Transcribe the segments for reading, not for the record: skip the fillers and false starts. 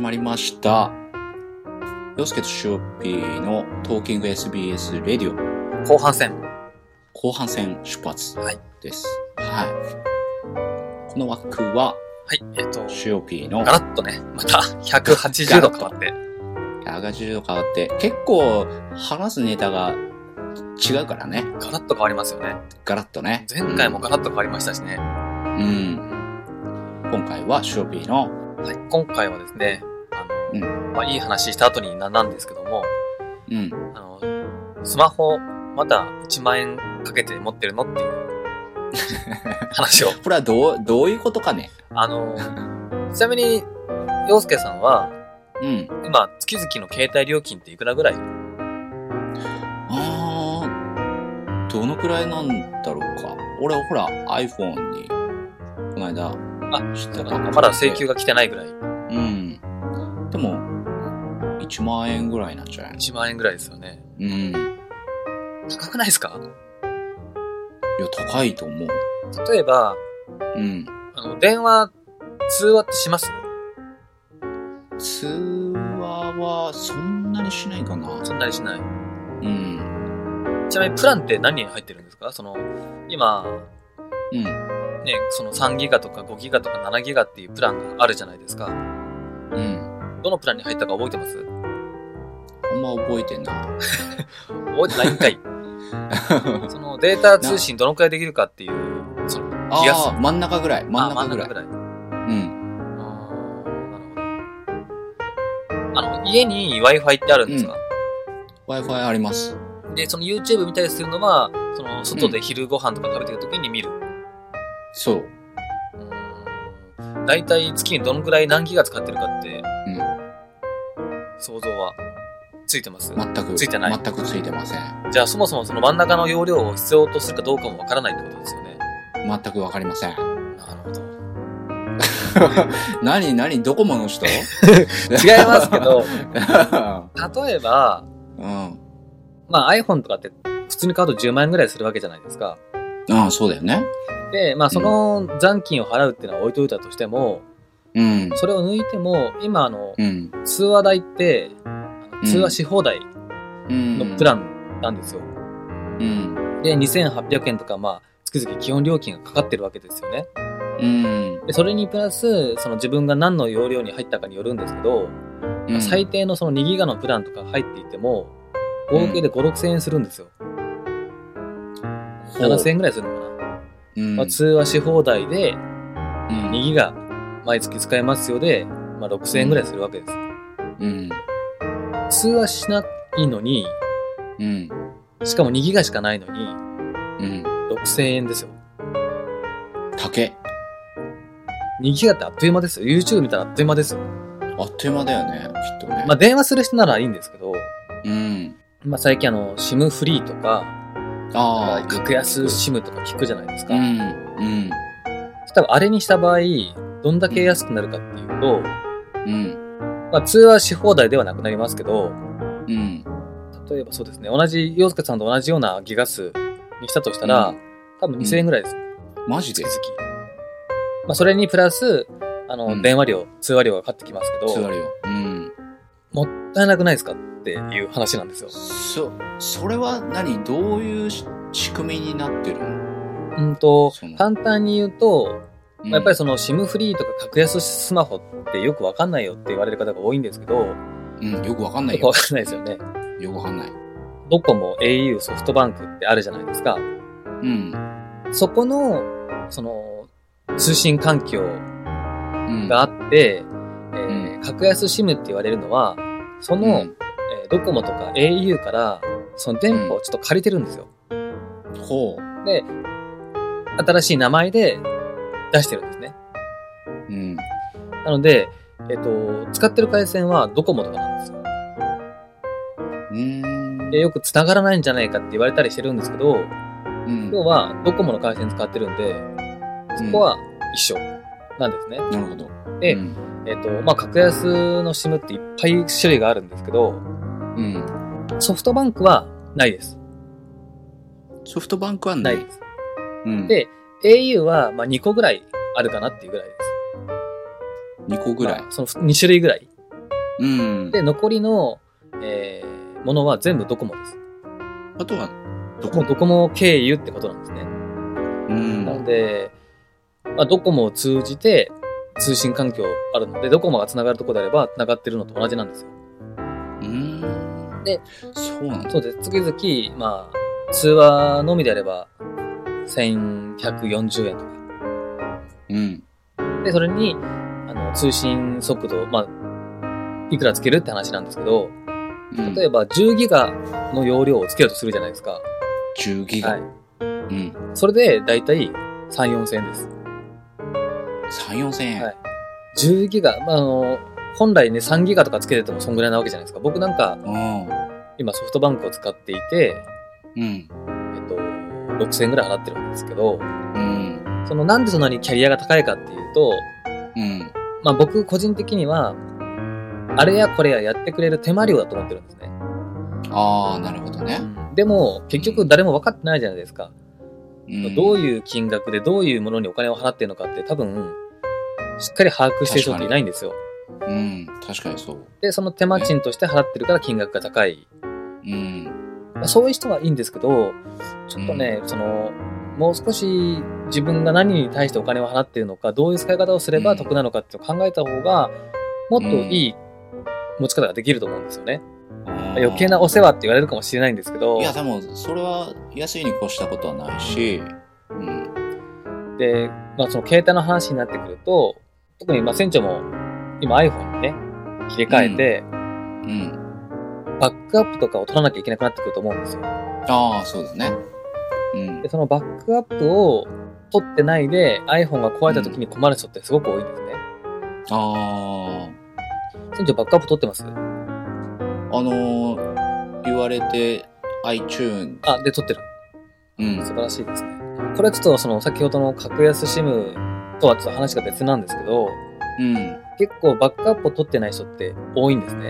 まりました。洋介とシオピーのトーキング SBS レディオ後半戦出発です。はい。この枠は、シオピーのガラッとね、また180度変わって。 180度変わって、結構話すネタが違うからね。 ガラッと変わりますよね。 ガラッとね。 前回もガラッと変わりましたしね。 今回はシオピーの、 今回はですね、いい話した後になんですけども、スマホまだ1万円かけて持ってるのっていう話を。 これはどういうことかね。 ちなみに、洋介さんは、今、月々の携帯料金っていくらぐらい？ どのくらいなんだろうか。俺ほら iPhone に、この間、 まだ請求が来てないぐらい。 でも、1万円ぐらいになっちゃうよね。 1万円ぐらいですよね。高くないですか？ いや、高いと思う。 例えば、電話、通話ってします？ 通話は、そんなにしないかな。 そんなにしない。ちなみに、プランって何に入ってるんですか？今、ね、3ギガとか5ギガとか7ギガっていうプランがあるじゃないですか。どのプランに入ったか覚えてます？ あんま覚えてない。 覚えてないんかい。データ通信どのくらいできるかっていう、気がする。 真ん中ぐらい。 なるほど。家に Wi-Fi ってあるんですか ？Wi-Fi あります。 で、YouTube 見たりするのは、外で昼ご飯とか食べてる時に見る。 そう。 だいたい月にどのくらい何ギガ使ってるかって、想像はついてます？ 全くついてない。 全くついてません。 じゃあそもそもその真ん中の容量を必要とするかどうかもわからないってことですよね。 全くわかりません。 なるほど。 何ドコモの人？違いますけど、例えば、iPhone とかって普通に買うと10万円ぐらいするわけじゃないですか。 そうだよね。 で、その残金を払うっていうのは置いといたとしても、それを抜いても、今通話代って、通話し放題のプランなんですよ。で、2800円とか、月々基本料金がかかってるわけですよね。で、それにプラス、自分が何の容量に入ったかによるんですけど、最低の2ギガのプランとか入っていても、合計で5、6000円するんですよ。7000円ぐらいするのかな。通話し放題で、2ギガ毎月使えますよで、6000円ぐらいするわけです。通話しないのに、しかも2ギガしかないのに、6000円ですよ。 高っ。 2ギガってあっという間ですよ。YouTube 見たらあっという間ですよ。 あっという間だよね、きっとね。 電話する人ならいいんですけど、最近SIM フリーとか、格安 SIM とか聞くじゃないですか。多分あれにした場合、どんだけ安くなるかっていうと、通話し放題ではなくなりますけど、例えばそうですね、洋介さんと同じようなギガ数にしたとしたら、多分2000円ぐらいです。 マジで？ それにプラス、電話料、通話料がかかってきますけど、 通話料。 もったいなくないですかっていう話なんですよ。 それはどういう仕組みになってるの？ 簡単に言うと、やっぱりSIM フリーとか格安スマホってよくわかんないよって言われる方が多いんですけど、 よくわかんないよ。 よくわかんないですよね。 よくわかんない。 ドコモ、au、ソフトバンクってあるじゃないですか。そこの、通信環境があって、格安 SIM って言われるのは、ドコモとか au から、電波をちょっと借りてるんですよ。で、新しい名前で出してるんですね。なので、使ってる回線はドコモとかなんですよ。で、よく繋がらないんじゃないかって言われたりしてるんですけど、要はドコモの回線使ってるんで、そこは一緒なんですね。 なるほど。 で、格安の SIM っていっぱい種類があるんですけど、ソフトバンクはないです。 ソフトバンクはないです。で、au は2個ぐらいあるかなっていうぐらいです。 2個ぐらい、 その2種類ぐらい。 うん。 で、残りの、ものは全部ドコモです。 あとは、 ドコモ経由ってことなんですね。 うん。 なので、まあ、ドコモを通じて通信環境あるので、ドコモが繋がるところであれば繋がってるのと同じなんですよ。で、 そうなんだ。 そうです。月々、まあ、通話のみであれば、1140円とか。 うん。 で、それに、通信速度、まあ、いくらつけるって話なんですけど、例えば10ギガの容量をつけるとするじゃないですか。 10ギガ。 はい。 うん。 それで、だいたい3、4000円です。 3、4000円。 はい。10ギガ、まあ、本来ね、3ギガとかつけててもそんぐらいなわけじゃないですか。僕なんか、今ソフトバンクを使っていて、6000円ぐらい払ってるんですけど、なんでそんなにキャリアが高いかっていうと、まあ僕個人的には、あれやこれややってくれる手間料だと思ってるんですね。 ああ、なるほどね。 でも、結局誰も分かってないじゃないですか。どういう金額でどういうものにお金を払ってるのかって多分、しっかり把握してる人っていないんですよ。 確かにそう。 で、その手間賃として払ってるから金額が高い。そういう人はいいんですけど、ちょっとね、もう少し自分が何に対してお金を払っているのか、どういう使い方をすれば得なのかって考えた方が、もっといい持ち方ができると思うんですよね。余計なお世話って言われるかもしれないんですけど。 いや、でも、それは安いに越したことはないし、 で、まあ携帯の話になってくると、特にまあ船長も今 iPhone にね、切り替えて、バックアップとかを取らなきゃいけなくなってくると思うんですよ。 ああ、そうですね。 で、そのバックアップを取ってないで iPhone が壊れた時に困る人ってすごく多いんですね。船長バックアップ取ってます？ 言われて iTunes。 で、取ってる。素晴らしいですね。これはちょっと先ほどの格安 SIM とはちょっと話が別なんですけど、結構バックアップを取ってない人って多いんですね。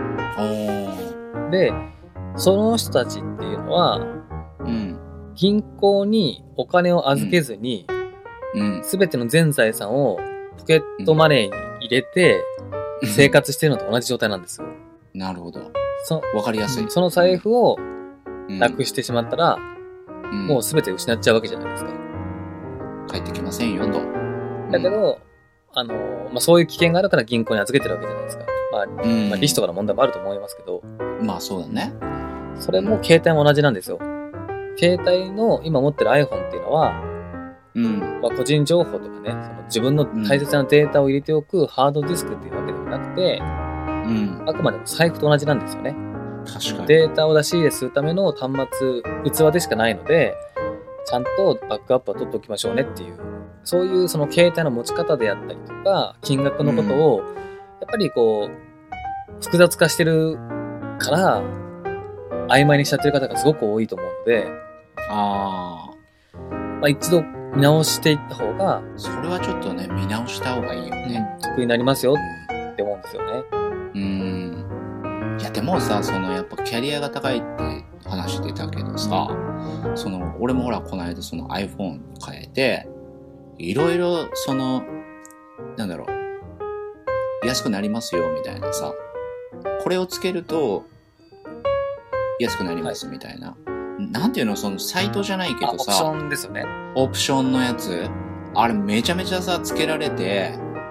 で、その人たちっていうのは、銀行にお金を預けずに、すべての全財産をポケットマネーに入れて生活してるのと同じ状態なんですよ。 なるほど。わかりやすい。 その財布をなくしてしまったら、もうすべて失っちゃうわけじゃないですか。 帰ってきませんよと。 だけど、まあ、そういう危険があるから銀行に預けてるわけじゃないですか。まあ、利子とかの問題もあると思いますけど。 まあそうだね。 それも携帯も同じなんですよ。携帯の今持ってる iPhone っていうのは、まあ、個人情報とかね、自分の大切なデータを入れておくハードディスクっていうわけではなくて、あくまでも財布と同じなんですよね。 確かに。 データを出し入れするための端末、器でしかないので、ちゃんとバックアップは取っておきましょうねっていう、そういう携帯の持ち方であったりとか、金額のことを、やっぱり複雑化してるから、曖昧にしちゃってる方がすごく多いと思うので、まあ一度見直していった方が、 それはちょっとね、見直した方がいいよね。 得になりますよって思うんですよね。 いや、でもさ、やっぱキャリアが高いって話してたけどさ、俺もほら、この間iPhone 変えて、いろいろなんだろう、安くなりますよ、みたいなさ、これをつけると、安くなりますみたいな。なんていうの、サイトじゃないけどさ、 オプションですよね。 オプションのやつ、あれめちゃめちゃさ、つけられて、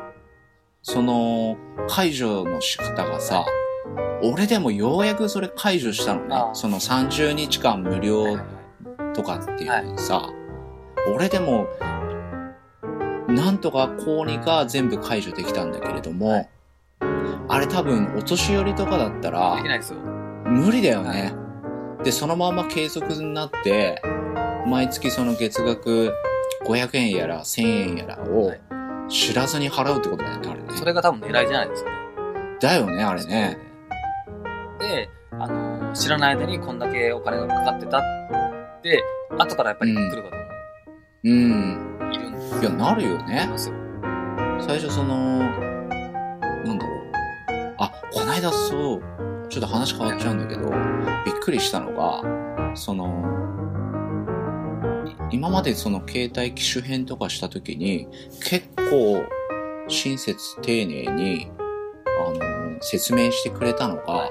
解除の仕方がさ、俺でもようやくそれ解除したのね。30日間無料とかっていうのさ、俺でも、なんとかこうにか全部解除できたんだけれども、あれ多分お年寄りとかだったら、 できないですよ。 無理だよね。で、そのまま継続になって、毎月月額500円やら1000円やらを知らずに払うってことだよね、あれね。 それが多分狙いじゃないですかね。 だよね、あれね。 で、知らない間にこんだけお金がかかってたって、後からやっぱり来るかと思う。いるんですよ。 いや、なるよね。最初なんだろう。こないだちょっと話変わっちゃうんだけど、びっくりしたのが、今まで携帯機種変とかした時に、結構親切丁寧に、 説明してくれたのが、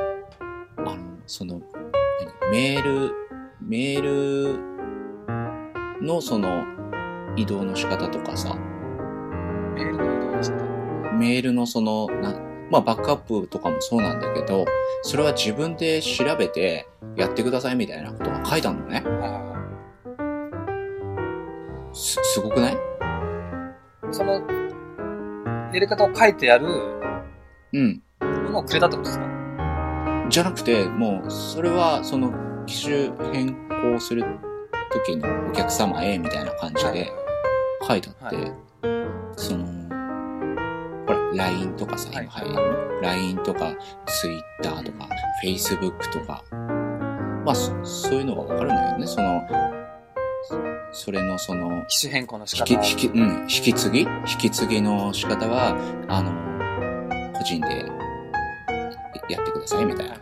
メールのその移動の仕方とかさ、 メールの移動の仕方、 メールのそのバックアップとかもそうなんだけど、それは自分で調べてやってくださいみたいなことが書いてあるのね。すごくない？ そのやり方を書いてあるものをくれたってことですか？ じゃなくて、もうそれはその機種変更する時のお客様へみたいな感じで書いてあって、そのほら LINE とかさ、LINE とか Twitter とか Facebook とか、そういうのがわかるんだよね。それのその機種変更の仕方、 引き継ぎの仕方は個人でやってくださいみたいな。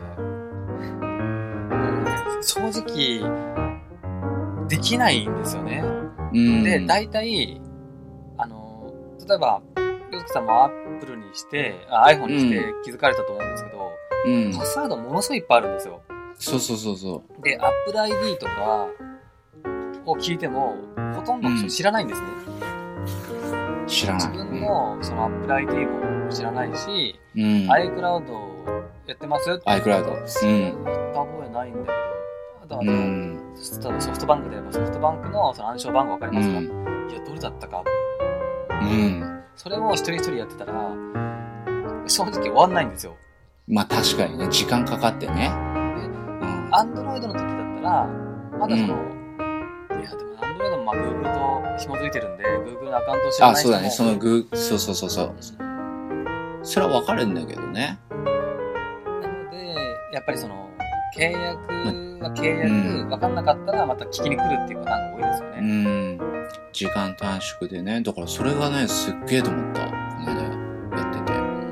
正直できないんですよね。で、大体例えば洋介さんも Apple にしてiPhone にして気づかれたと思うんですけど、パスワードものすごいいっぱいあるんですよ。 そう。 で、Apple ID とかを聞いてもほとんどの人知らないんですね。 知らない。 自分のその Apple ID も知らないし、iCloud やってますって。 iCloud。 やった覚えないんだけど、あとはソフトバンクであればソフトバンクのその暗証番号わかりますか？いや、どれだったか。それを一人一人やってたら、正直終わんないんですよ。 確かにね、時間かかってね。で、 Android の時だったら、まだいや、でも Android もGoogle と紐づいてるんで、Google のアカウントを知らない人も。 そうだね、そう。それはわかるんだけどね。 なので、やっぱりその、契約わかんなかったらまた聞きに来るっていうパターンが多いですよね。 時間短縮でね。だからそれがね、すっげえと思った。この間やって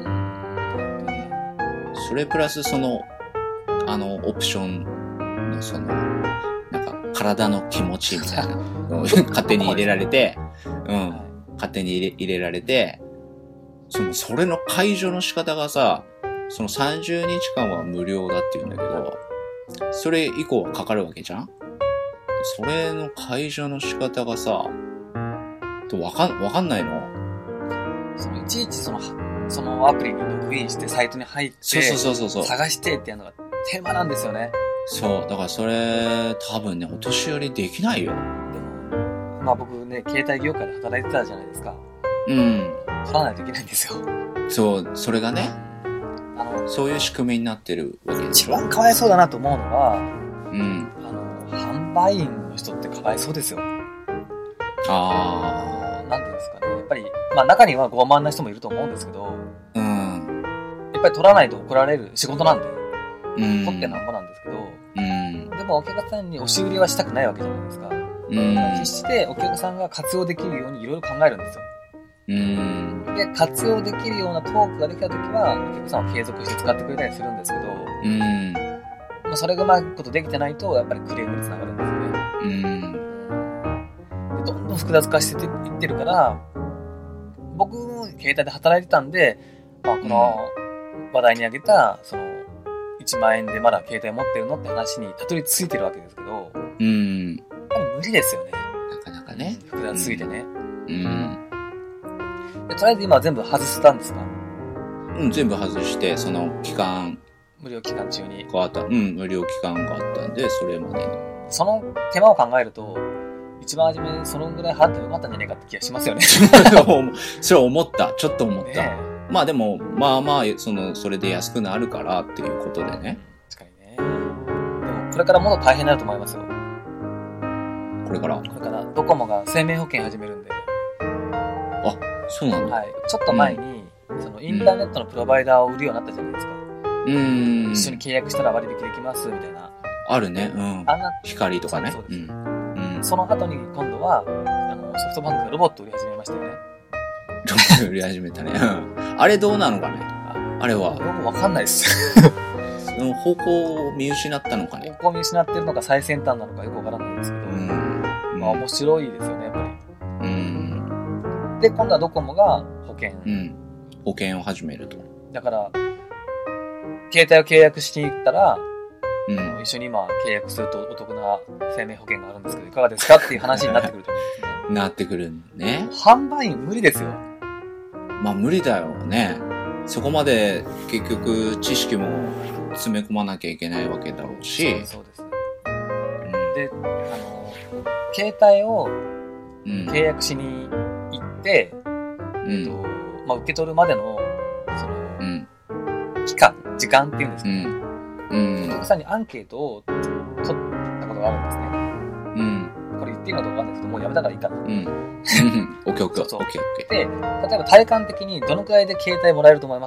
て。それプラスその、オプションのその、なんか体の気持ちみたいなのを勝手に入れられて、勝手に入れられて、それの解除の仕方がさ、その30日間は無料だって言うんだけど、それ以降はかかるわけじゃん？それの解除の仕方がさ、わかんないの？ いちいちそのアプリにログインしてサイトに入って、 そう探してっていうのがテーマなんですよね。 そう、だからそれ多分ね、お年寄りできないよ。 でも、僕ね、携帯業界で働いてたじゃないですか。取らないといけないんですよ。 そう、それがね、そういう仕組みになってるわけでしょ。 一番かわいそうだなと思うのは、販売員の人ってかわいそうですよ。なんていうんですかね。やっぱり、中には傲慢な人もいると思うんですけど、やっぱり取らないと怒られる仕事なんで、取ってなんぼなんですけど、でもお客さんに押し売りはしたくないわけじゃないですか。必死でお客さんが活用できるようにいろいろ考えるんですよ。で、活用できるようなトークができたときは、お客さんを継続して使ってくれたりするんですけど、それがうまいことできてないと、やっぱりクレームにつながるんですよね。で、どんどん複雑化していってるから、僕も携帯で働いてたんで、この話題に挙げた、1万円でまだ携帯持ってるのって話にたどり着いてるわけですけど、やっぱり無理ですよね。 なかなかね。 複雑すぎてね。で、とりあえず今は全部外したんですか？ 全部外して、その期間。 無料期間中に。 無料期間があったんで、それまでに。 その手間を考えると、一番初めそのぐらい払ってよかったんじゃないかって気がしますよね。 それ思った。ちょっと思った。でも、それで安くなるからっていうことでね。 確かにね。でも、これからもっと大変になると思いますよ。 これから、 ドコモが生命保険始めるんで。 そうなんだ。 ちょっと前に、インターネットのプロバイダーを売るようになったじゃないですか。一緒に契約したら割引できます、みたいな。 あるね。光とかね。 そうです。その後に今度は、ソフトバンクがロボットを売り始めましたよね。 ロボット売り始めたね。あれどうなのかね。あれは。 もうわかんないっす。 その方向を見失ったのかね。 方向を見失ってるのか最先端なのかよくわからないんですけど。面白いですよね、やっぱり。で、今度はドコモが保険を始めると。 だから、 携帯を契約しに行ったら、一緒に今契約するとお得な生命保険があるんですけど、いかがですかっていう話になってくると思うんですね。 なってくるね。 販売員無理ですよ。まあ無理だよね。そこまで結局知識も詰め込まなきゃいけないわけだろうし。 そうです。で、携帯を契約しに行って、受け取るまでの、時間っていうんですかね。お客さんにアンケートを取ったことがあるんですね。これ言っていいのかわかんないですけど、もうやめたからいいかな。オッケー。 で、例えば体感的にどのくらいで携帯もらえると思います？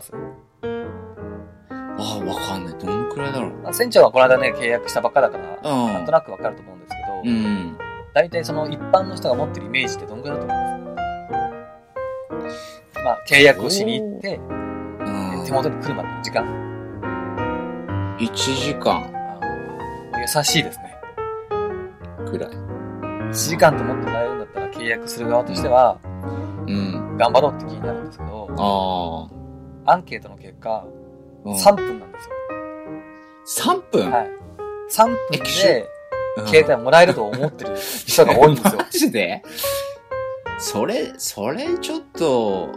わかんない。どのくらいだろう。 船長はこの間ね、契約したばっかだから、なんとなくわかると思うんですけど、大体その一般の人が持ってるイメージってどのくらいだと思います？契約をしに行って、手元に来るまでの時間。 1時間。 優しいですね。 くらい。 1時間と思ってもらえるんだったら契約する側としては、頑張ろうって気になるんですけど、アンケートの結果、3分なんですよ。 3分？ はい。3分で、携帯もらえると思ってる人が多いんですよ。 マジで？それちょっと、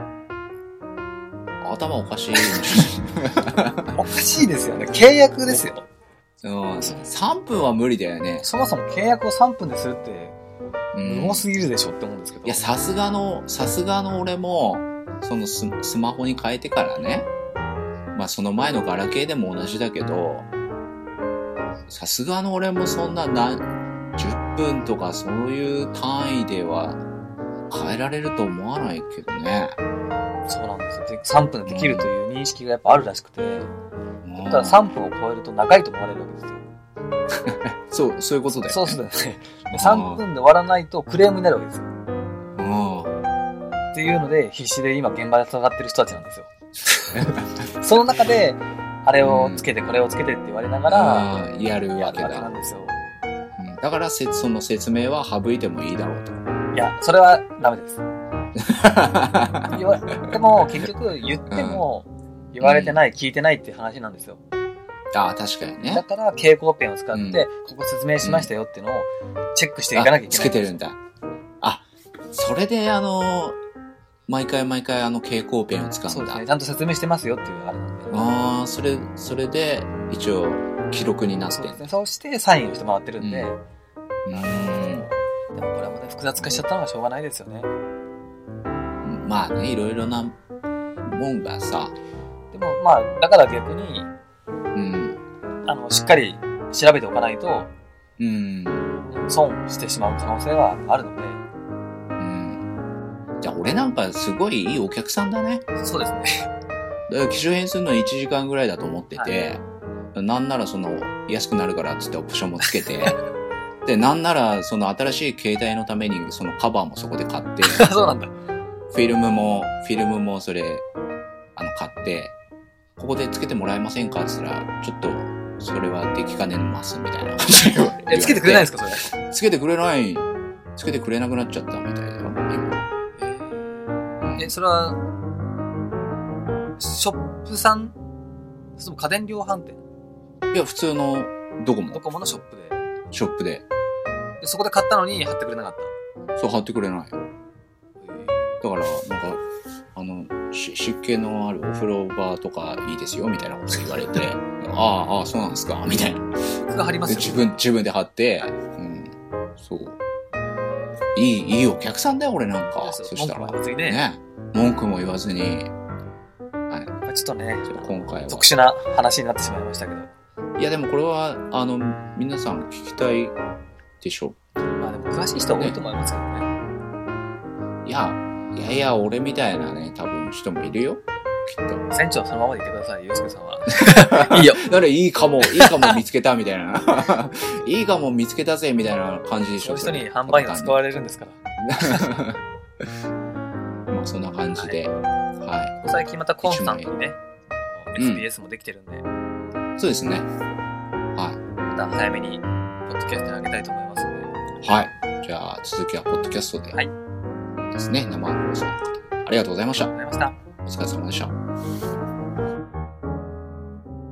頭おかしい。 おかしいですよね。契約ですよ。 3分は無理だよね。 そもそも契約を3分でするって、無謀すぎるでしょって思うんですけど。 いや、さすがの俺も、そのスマホに変えてからね、その前のガラケーでも同じだけど、さすがの俺もそんな10分とかそういう単位では変えられると思わないけどね。 そうなんですよ。3分でできるという認識がやっぱあるらしくて、ただ3分を超えると長いと思われるわけですよ。 そういうことだよね。 そうですね。3分で終わらないとクレームになるわけですよ。っていうので、必死で今現場で戦ってる人たちなんですよ。その中で、あれをつけてこれをつけてって言われながら、 やるわけなんですよ。 だからその説明は省いてもいいだろうと。 いや、それはダメです。でも、結局言っても、言われてない、聞いてないっていう話なんですよ。 確かにね。 だから、蛍光ペンを使って、ここ説明しましたよっていうのを、チェックしていかなきゃいけない。 つけてるんだ。それで毎回蛍光ペンを使うんだ。 そうですね。ちゃんと説明してますよっていうあれなんで。 それで、一応、記録になってる。そうですね。そして、サインをしてもらってるんで。でもこれはもうね、複雑化しちゃったのはしょうがないですよね。 いろいろなもんがさ。 でもだから逆に、しっかり調べておかないと、損してしまう可能性はあるので。 じゃあ俺なんかすごいいいお客さんだね。 そうですね。 だから機種変するの1時間ぐらいだと思ってて、なんなら安くなるからっつってオプションもつけて、で、なんならその新しい携帯のためにそのカバーもそこで買って、 そうなんだ。 フィルムもそれ、買って、ここでつけてもらえませんかって言ったら、ちょっと、それはできかねますみたいな感じで言われて。 つけてくれないんですか、それ。つけてくれなくなっちゃったみたいだよ、今。 それは、ショップさん？それとも家電量販店？ いや、普通のドコモ。 ドコモのショップで。 ショップで。 そこで買ったのに貼ってくれなかった？ そう、貼ってくれない。だから、湿気のあるお風呂場とかいいですよ、みたいなこと言われて、そうなんですか、みたいな。 が貼りますよ、 自分で貼って、そう。いいお客さんだよ、俺なんか。そしたら。文句も言わずに。 はい。ちょっとね、 今回は。 特殊な話になってしまいましたけど。 いや、でもこれは、皆さん聞きたいでしょ。 でも詳しい人多いと思いますけどね。 いや、俺みたいなね、多分人もいるよ。きっと。 船長そのままでいてください、ゆうすけさんは。いいよ。 だからいいかも見つけたみたいな。いいかも見つけたぜみたいな感じでしょ。 そういう人に販売員が使われるんですから。 そんな感じで。はい。 最近またコンスタントにね、SBS もできてるんで。 そうですね。はい。 また早めに、ポッドキャストに上げたいと思いますので。 はい。じゃあ、続きはポッドキャストで。はい。ですね。生放送の方。ありがとうございました。 ありがとうございました。 お疲れ様でした。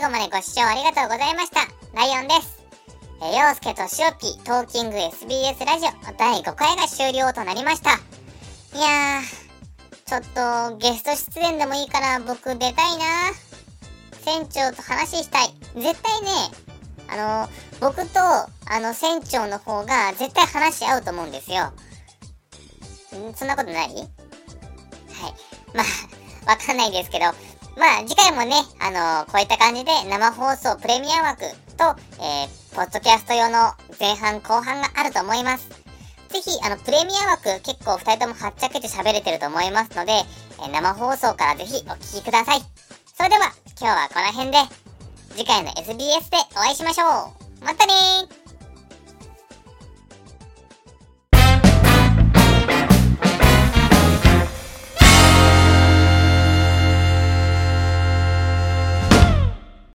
後までご視聴ありがとうございました。ライオンです。陽介としおぴトーキング SBS ラジオ第5回が終了となりました。いやー、ちょっとゲスト出演でもいいから僕出たいな。船長と話したい。絶対ね、僕と船長の方が絶対話し合うと思うんですよ。そんなことない？はい。まあ、わかんないですけど、まあ次回もね、こういった感じで生放送プレミア枠と、ポッドキャスト用の前半後半があると思います。ぜひ、プレミア枠結構2人ともはっちゃけて喋れてると思いますので、生放送からぜひお聞きください。それでは、今日はこの辺で、次回の SBS でお会いしましょう。またねー。